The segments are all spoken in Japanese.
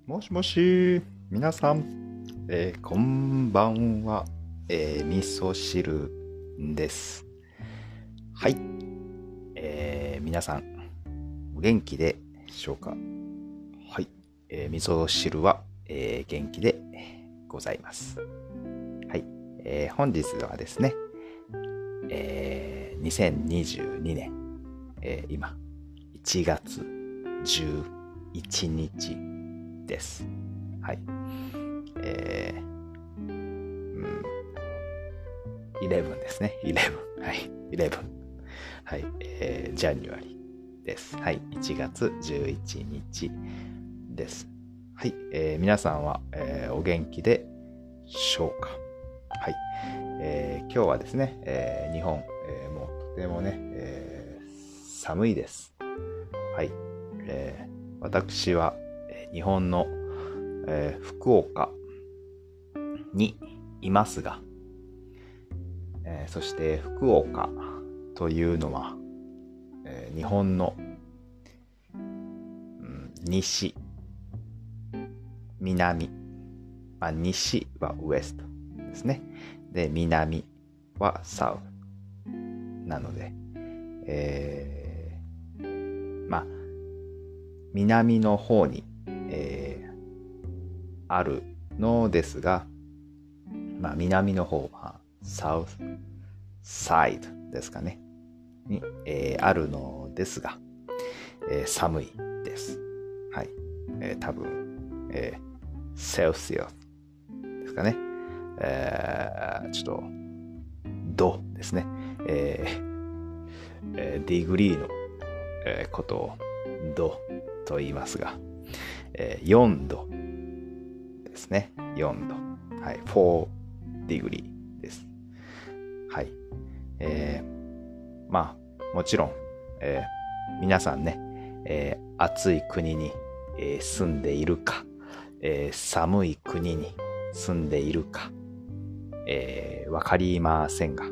もしもし、皆さん、こんばんは、味噌汁です。はい、皆さん、お元気でしょうか？はい、味噌汁は、元気でございます。はい、本日はですね、2022年、今、1月11日です。はい。11ですね。11。はい。11。はい。ジャニュアリです。はい。1月11日です。はい。皆さんは、お元気でしょうか？はい。今日はですね、日本、もうとてもね、寒いです。はい。私は、日本の、福岡にいますが、そして福岡というのは、日本の、西、南、西はウエストですね。で、南はサウスなので、南の方に、あるのですが、南の方はサウスサイドですかねに、あるのですが、寒いです。はい。多分、セルシアスですかね。ちょっと、度ですね。ディグリーの、ことを度と言いますが、4度ですね。4度。はい。4ディグリーです。はい。もちろん、皆さんね、暑い国に、住んでいるか、寒い国に住んでいるか、わかりませんが、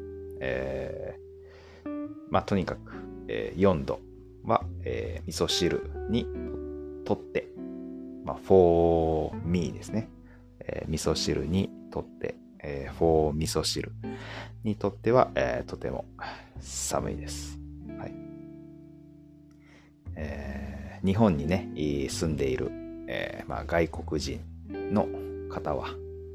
とにかく、4度は、味噌汁にとって、for me ですね。味噌汁にとって、for 味噌汁にとっては、とても寒いです。はい。日本にね、住んでいる、外国人の方は、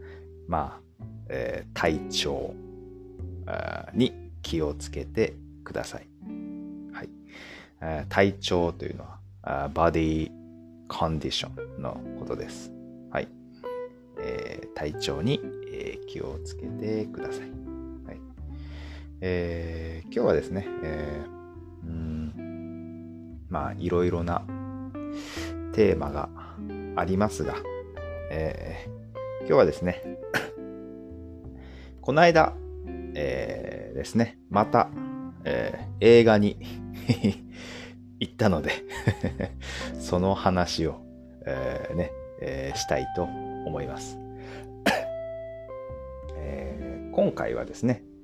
体調に気をつけてください。はい。体調というのは、body condition のことです。はい。体調に、気をつけてください。はい。今日はですね、いろいろなテーマがありますが、今日はですね、この間、ですね、また、映画に行ったのでその話を、したいと思います。今回はですね、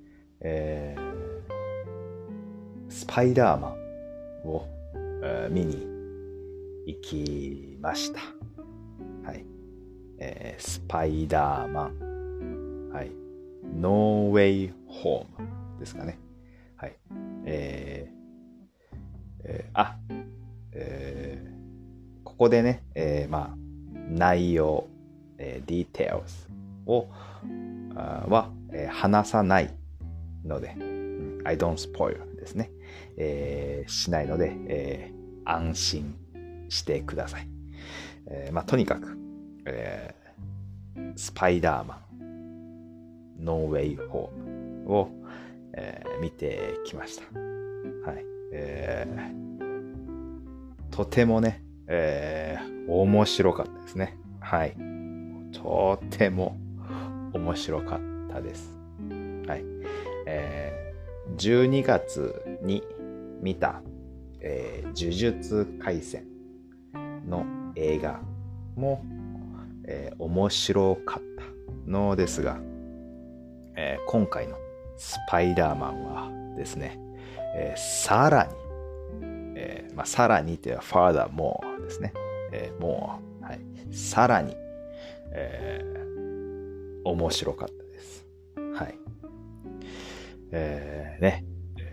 スパイダーマンを、見に行きました。はい。スパイダーマン。はい。ノーウェイホームですかね。はい。ここでね、内容、ディテールズをは、話さないので、I don't spoil ですね。しないので、安心してください。とにかく、スパイダーマン、ノーウェイホームを、見てきました。はい。とてもね、面白かったですね。はい。とても面白かったです。はい。12月に見た、呪術廻戦の映画も、面白かったのですが、今回のスパイダーマンはですね、さらに、さらにというのは further more ですね。more はい。さらに、面白かったです。はい。ね。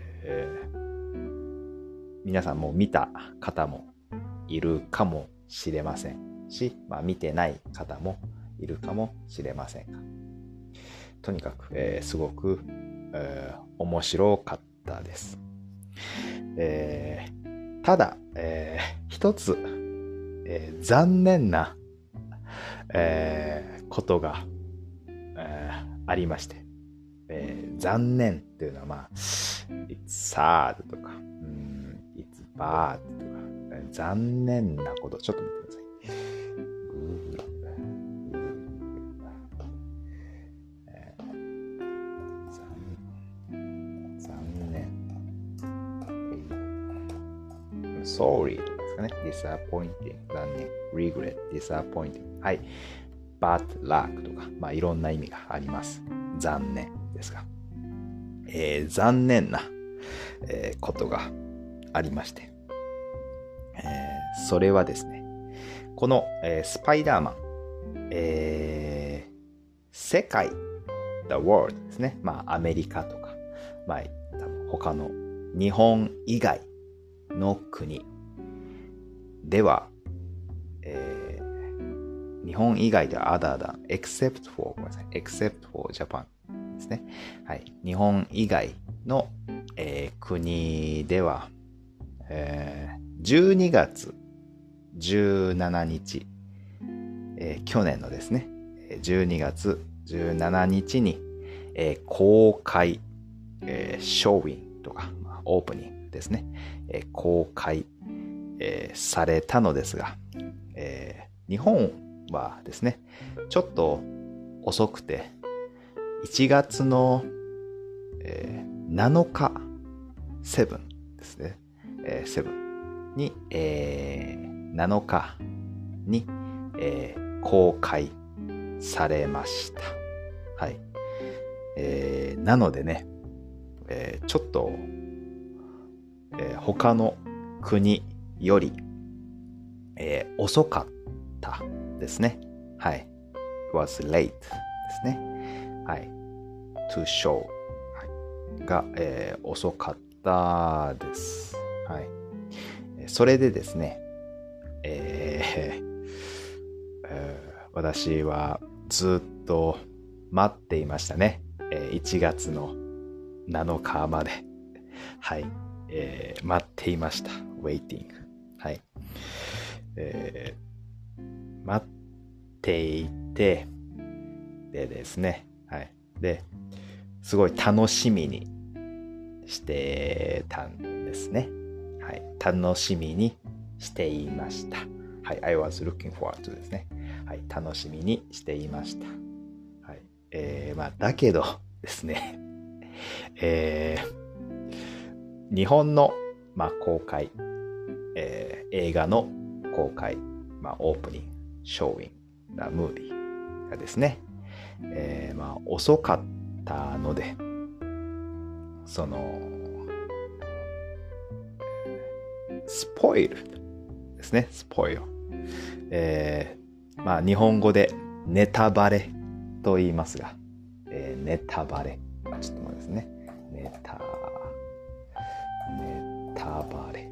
皆さんも見た方もいるかもしれませんし、見てない方もいるかもしれませんが、とにかく、すごく、面白かったです。ただ、一つ、残念な、ことが、ありまして、残念っていうのはit's sad とか、it's bad とか、残念なこと、ちょっと見てください。残念。sorry ですかね。disappointing 残念。regret disappointing はい。bad luck とか、いろんな意味があります。残念ですが、残念な、ことがありまして、それはですね、この、スパイダーマン、世界 the world ですね。アメリカとか、多分他の日本以外の国では、日本以外では other than except for Japan ですね。はい。日本以外の、国では、12月17日、去年のですね、12月17日に、公開、ショーウィンとか、オープニングですね、公開、されたのですが、日本はですね、ちょっと遅くて、1月の、7日、7ですね、7に、7日に、公開されました。はい。なのでね、ちょっと、他の国より、遅かったですね。はい。was late ですね。はい。to show、はい、が、遅かったです。はい。それでですね、私はずっと待っていましたね。1月の7日まで。はい。待っていました。waiting。はい。待っていて、でですね。はい。で、すごい楽しみにしてたんですね。はい。楽しみにしていました。はい。I was looking forward to ですね。はい。楽しみにしていました。はい。だけどですね、日本の、公開、映画の公開、オープニング、ショーウィング、ムービーがですね、遅かったので、その、スポイルですね、スポイル。日本語でネタバレと言いますが、ネタバレ。ちょっと待ってですね。ネタバレ。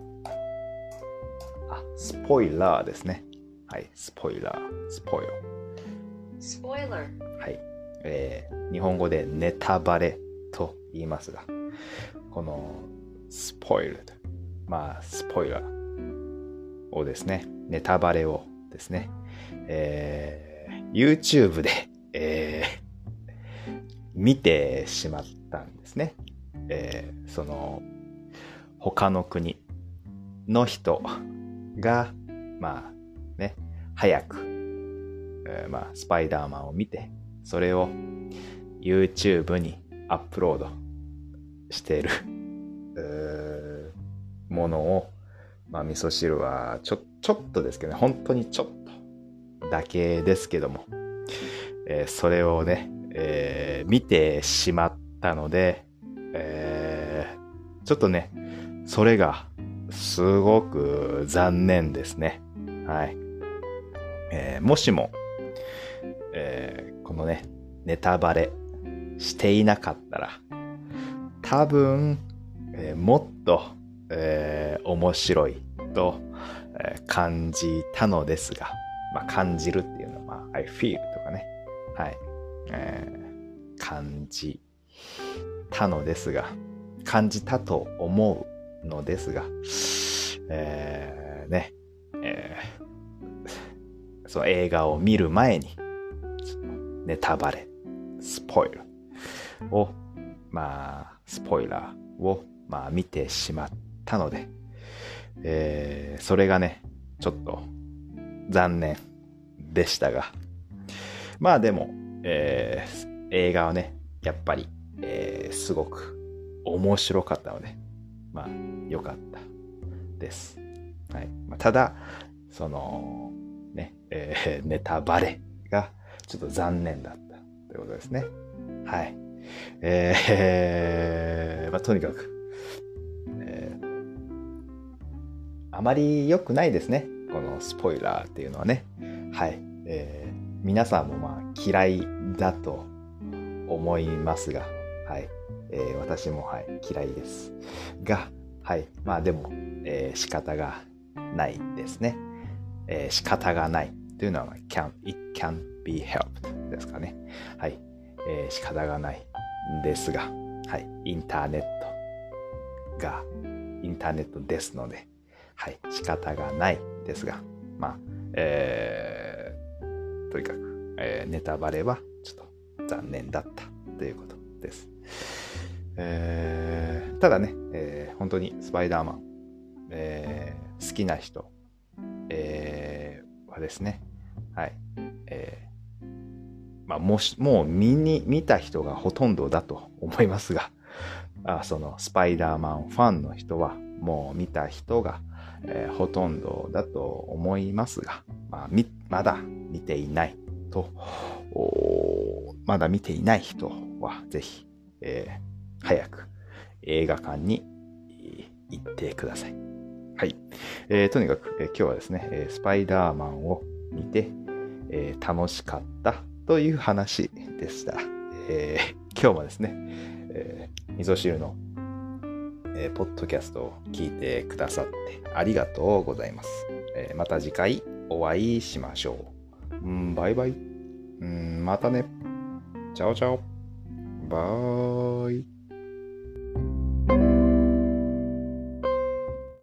スポイラーですね。はい、スポイラー。スポイラー。はい。日本語でネタバレと言いますが、このスポイル、スポイラーをですね、ネタバレをですね、YouTube で、見てしまったんですね。その他の国の人が早く、スパイダーマンを見て、それを YouTube にアップロードしているものを、味噌汁はちょっとですけどね、本当にちょっとだけですけども、それをね、見てしまったので、ちょっとね、それがすごく残念ですね。はい。 もしも、このね、ネタバレしていなかったら、多分、もっと、面白いと、感じたのですが、感じるっていうのは、I feel とかね、はい、感じたのですが、感じたと思うのですが、その映画を見る前に、ネタバレ、スポイルを、スポイラーを、見てしまったので、それがね、ちょっと残念でしたが、でも、映画はね、やっぱり、すごく面白かったので、良かったです。はい。ただ、その、ね、ネタバレがちょっと残念だったということですね。はい。とにかく、あまり良くないですね。このスポイラーっていうのはね。はい。皆さんも嫌いだと思いますが、はい。私も嫌いです。が、はい。でも、仕方がないですね。仕方がないというのは、it can be helped ですかね。はい。仕方がないんですが、はい。インターネットですので、はい。仕方がないですが、とにかく、ネタバレはちょっと残念だったということです。ただね、本当にスパイダーマン、好きな人、はですね、はい、もう見た人がほとんどだと思いますが、そのスパイダーマンファンの人はもう見た人が、ほとんどだと思いますが、まだ見ていない人はぜひ、早く映画館に行ってください。はい。とにかく、今日はですね、スパイダーマンを見て、楽しかったという話でした。今日もですね、味噌汁の、ポッドキャストを聞いてくださってありがとうございます。また次回お会いしましょう。バイバイ。またね。チャオチャオ。バイ。